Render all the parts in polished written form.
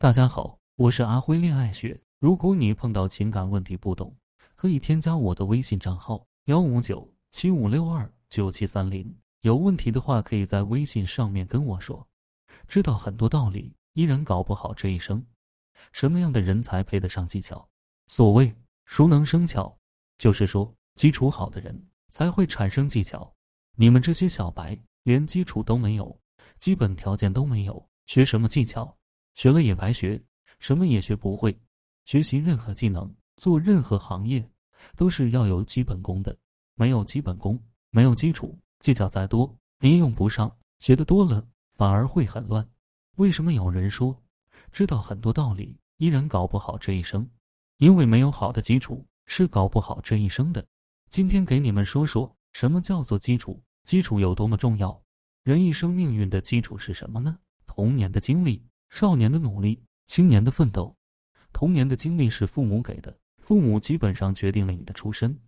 大家好，我是阿辉恋爱学。如果你碰到情感问题不懂，可以添加我的微信账号15975629730。有问题的话，可以在微信上面跟我说。知道很多道理，依然搞不好这一生。什么样的人才配得上技巧？所谓熟能生巧，就是说基础好的人才会产生技巧。你们这些小白连基础都没有，基本条件都没有，学什么技巧？学了也白学，什么也学不会。学习任何技能，做任何行业，都是要有基本功的。没有基本功，没有基础，技巧再多，你也用不上。学得多了，反而会很乱。为什么有人说，知道很多道理，依然搞不好这一生？因为没有好的基础，是搞不好这一生的。今天给你们说说，什么叫做基础，基础有多么重要。人一生命运的基础是什么呢？童年的经历，少年的努力，青年的奋斗。童年的经历是父母给的，父母基本上决定了你的出身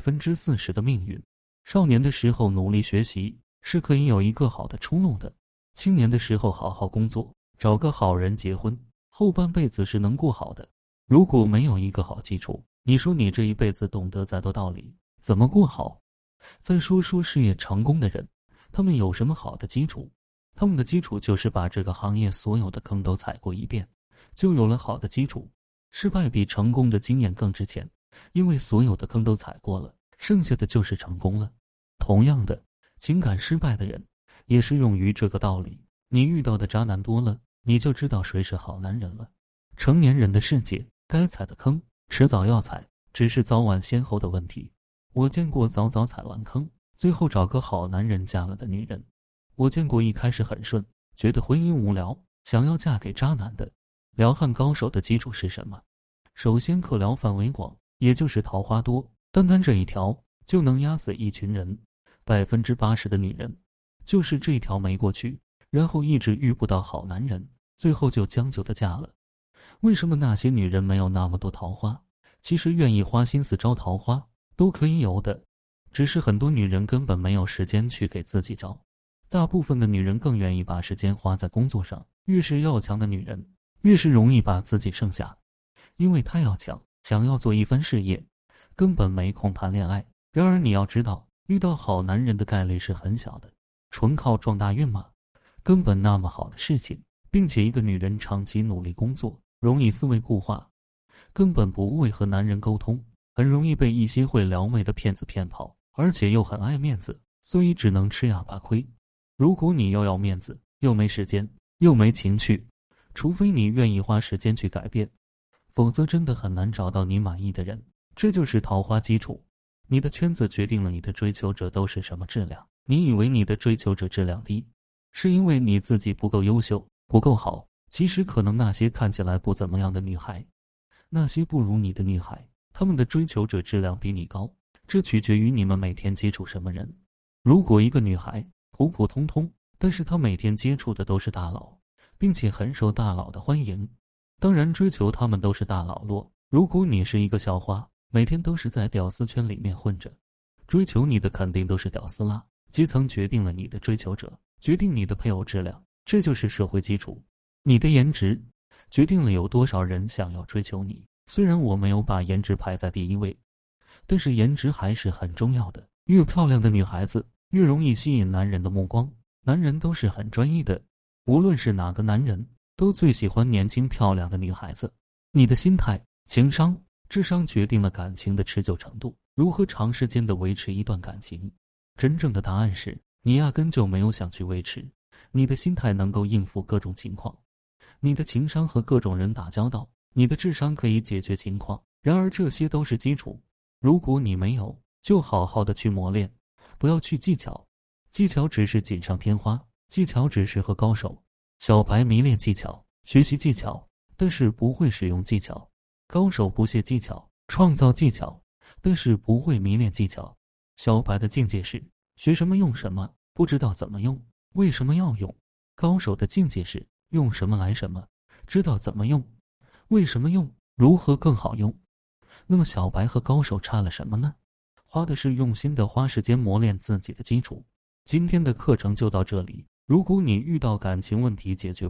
，40%的命运。少年的时候努力学习，是可以有一个好的出路的。青年的时候好好工作，找个好人结婚，后半辈子是能过好的。如果没有一个好基础，你说你这一辈子懂得再多道理，怎么过好？再说说事业成功的人，他们有什么好的基础？他们的基础就是把这个行业所有的坑都踩过一遍，就有了好的基础。失败比成功的经验更值钱，因为所有的坑都踩过了，剩下的就是成功了。同样的，情感失败的人也适用于这个道理。你遇到的渣男多了，你就知道谁是好男人了。成年人的世界，该踩的坑迟早要踩，只是早晚先后的问题。我见过早早踩完坑，最后找个好男人嫁了的女人。我见过一开始很顺，觉得婚姻无聊，想要嫁给渣男的。撩汉高手的基础是什么？首先客聊范围广，也就是桃花多，单单这一条就能压死一群人。80%的女人就是这一条没过去，然后一直遇不到好男人，最后就将就的嫁了。为什么那些女人没有那么多桃花？其实愿意花心思招桃花都可以有的，只是很多女人根本没有时间去给自己招。大部分的女人更愿意把时间花在工作上，越是要强的女人，越是容易把自己剩下，因为她要强，想要做一番事业，根本没空谈恋爱。然而你要知道，遇到好男人的概率是很小的，纯靠撞大运嘛，根本那么好的事情。并且一个女人长期努力工作，容易思维固化，根本不会和男人沟通，很容易被一些会撩妹的骗子骗跑，而且又很爱面子，所以只能吃哑巴亏。如果你又要面子，又没时间，又没情趣，除非你愿意花时间去改变，否则真的很难找到你满意的人。这就是桃花基础。你的圈子决定了你的追求者都是什么质量。你以为你的追求者质量低，是因为你自己不够优秀，不够好。其实可能那些看起来不怎么样的女孩，那些不如你的女孩，她们的追求者质量比你高。这取决于你们每天接触什么人。如果一个女孩普普通通，但是她每天接触的都是大佬，并且很受大佬的欢迎，当然追求他们都是大佬咯。如果你是一个校花，每天都是在屌丝圈里面混着，追求你的肯定都是屌丝啦。阶层决定了你的追求者，决定你的配偶质量，这就是社会基础。你的颜值决定了有多少人想要追求你。虽然我没有把颜值排在第一位，但是颜值还是很重要的。越漂亮的女孩子越容易吸引男人的目光。男人都是很专一的，无论是哪个男人都最喜欢年轻漂亮的女孩子。你的心态、情商、智商决定了感情的持久程度。如何长时间的维持一段感情？真正的答案是你压根就没有想去维持。你的心态能够应付各种情况，你的情商和各种人打交道，你的智商可以解决情况。然而这些都是基础，如果你没有，就好好的去磨练，不要去技巧。技巧只是锦上添花，技巧只适合高手。小白迷恋技巧，学习技巧，但是不会使用技巧。高手不屑技巧，创造技巧，但是不会迷恋技巧。小白的境界是学什么用什么，不知道怎么用，为什么要用。高手的境界是用什么来什么，知道怎么用，为什么用，如何更好用。那么小白和高手差了什么呢？花的是用心的花时间磨练自己的基础。今天的课程就到这里，如果你遇到感情问题解决不了，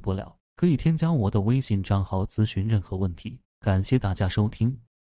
可以添加我的微信账号咨询任何问题。感谢大家收听。